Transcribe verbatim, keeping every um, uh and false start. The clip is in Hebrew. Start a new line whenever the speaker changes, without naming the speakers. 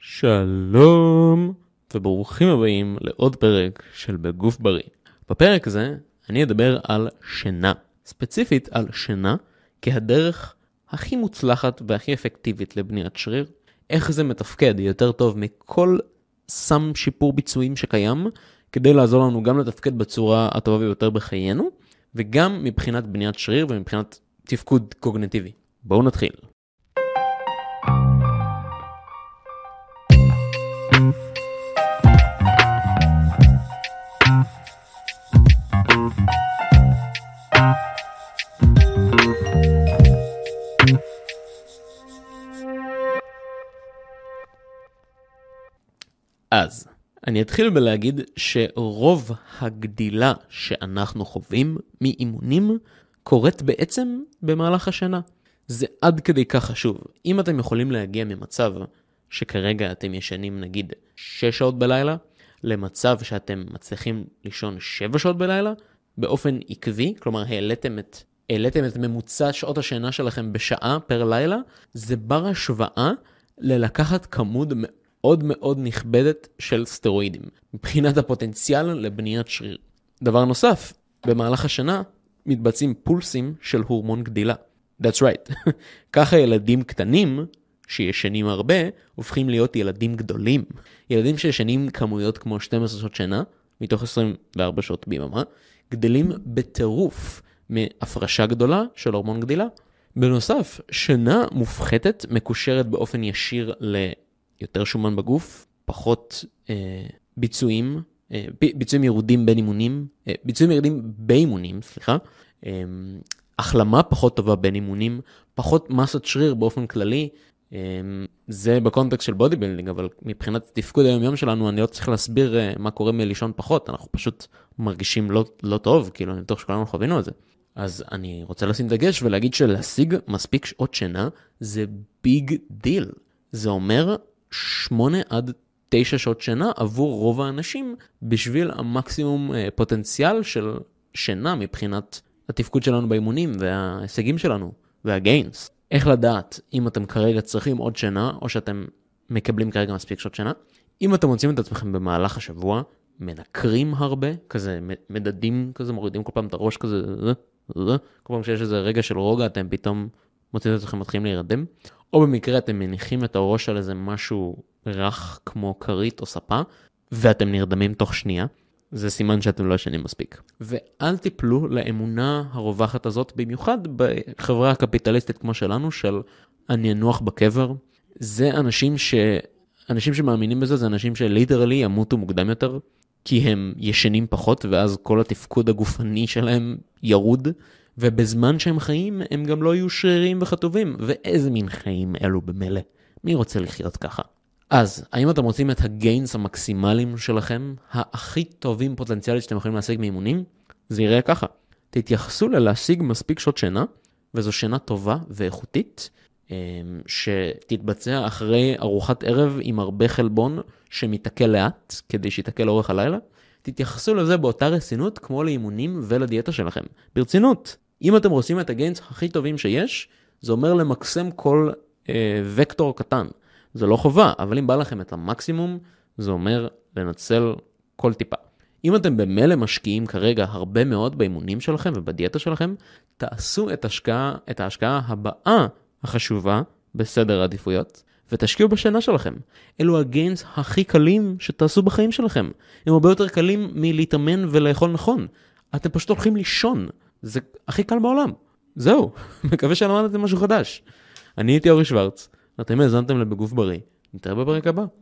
שלום וברוכים הבאים לעוד פרק של בגוף בריא. בפרק הזה אני אדבר על שינה, ספציפית על שינה כהדרך הכי מוצלחת והכי אפקטיבית לבניית שריר, איך זה מתפקד יותר טוב מכל סם שיפור ביצועים שקיים, כדי לעזור לנו גם לתפקד בצורה הטובה ביותר בחיינו, וגם מבחינת בניית שריר ומבחינת תפקוד קוגניטיבי. בואו נתחיל. אז, אני אתחיל בלהגיד שרוב הגדילה שאנחנו חווים מאימונים קורית בעצם במהלך השנה. זה עד כדי כך חשוב. אם אתם יכולים להגיע ממצב שכרגע אתם ישנים נגיד שש שעות בלילה, למצב שאתם מצליחים לישון שבע שעות בלילה, באופן עקבי, כלומר העליתם את, העליתם את ממוצע שעות השינה שלכם בשעה פר לילה, זה בר השוואה ללקחת כמות מאוד מאוד מאוד נכבדת של סטרואידים, מבחינת הפוטנציאל לבניית שריר. דבר נוסף, במהלך השנה מתבצעים פולסים של הורמון גדילה. That's right. ככה ילדים קטנים שישנים הרבה, הופכים להיות ילדים גדולים. ילדים שישנים כמויות כמו שתים עשרה שעות שינה, מתוך עשרים וארבע שעות ביממה, גדלים בטירוף מהפרשה גדולה של הורמון גדילה. בנוסף, שינה מופחתת מקושרת באופן ישיר ל... יותר שומן בגוף, פחות אה, ביצועים, אה, ב, ביצועים ירודים בין אימונים, אה, ביצועים ירודים באימונים, סליחה, אה, החלמה פחות טובה בין אימונים, פחות מסת שריר באופן כללי, אה, זה בקונטקסט של בודי בילדינג, אבל מבחינת תפקוד היום יום שלנו, אני לא צריך להסביר אה, מה קורה מלישון פחות, אנחנו פשוט מרגישים לא, לא טוב, כאילו אני בטוח שכולנו חווינו את זה. אז אני רוצה לשים דגש ולהגיד שלהשיג מספיק שעות שינה, זה ביג דיל. זה אומר שמונה עד תשע שעות שינה עבור רוב האנשים בשביל המקסימום פוטנציאל של שינה מבחינת התפקוד שלנו באימונים וההישגים שלנו והגיינס. איך לדעת אם אתם כרגע צריכים עוד שינה או שאתם מקבלים כרגע מספיק שעות שינה? אם אתם מוצאים את עצמכם במהלך השבוע, מנקרים הרבה, כזה מדדים, כזה מורידים כל פעם את הראש כזה, כל פעם שיש איזה רגע של רוגע אתם פתאום מוצאים את עצמכם מתחילים להירדם, או במקרה אתם מניחים את הראש על איזה משהו רך כמו קרית או ספה, ואתם נרדמים תוך שנייה, זה סימן שאתם לא ישנים מספיק. ואל תיפלו לאמונה הרווחת הזאת, במיוחד בחברה הקפיטליסטית כמו שלנו, של אני אנוח בקבר. זה אנשים ש... אנשים שמאמינים בזה, זה אנשים שליטרלי ימותו מוקדם יותר, כי הם ישנים פחות, ואז כל התפקוד הגופני שלהם ירוד, ובזמן שהם חיים, הם גם לא יהיו שרירים וחטובים. ואיזה מין חיים אלו במלא? מי רוצה לחיות ככה? אז, האם אתם רוצים את הגיינס המקסימליים שלכם, הכי טובים פוטנציאלית שאתם יכולים להשיג מאימונים? זה יראה ככה. תתייחסו ללהשיג מספיק שעות שינה, וזו שינה טובה ואיכותית, שתתבצע אחרי ארוחת ערב עם הרבה חלבון שמתעכל לאט, כדי שיתעכל לאורך הלילה. תתייחסו לזה באותה רצינות כמו לאימונים ולדיאטה שלכם. ברצינות. אם אתם רוצים את הגיינס הכי טובים שיש, זה אומר למקסם כל אה, וקטור קטן. זה לא חובה, אבל אם בא לכם את המקסימום, זה אומר לנצל כל טיפה. אם אתם במילא משקיעים כרגע הרבה מאוד באימונים שלכם ובדיאטה שלכם, תעשו את, השקעה, את ההשקעה הבאה החשובה בסדר העדיפויות, ותשקיעו בשינה שלכם. אלו הגיינס הכי קלים שתעשו בחיים שלכם. הם הרבה יותר קלים מלהתאמן ולאכול נכון. אתם פשוט הולכים לישון. זה הכי קל בעולם. זהו. מקווה שלמדתם משהו חדש. אני הייתי אורי שוורץ. אתם האזנתם לבגוף בריא. נתראה בפרק הבא.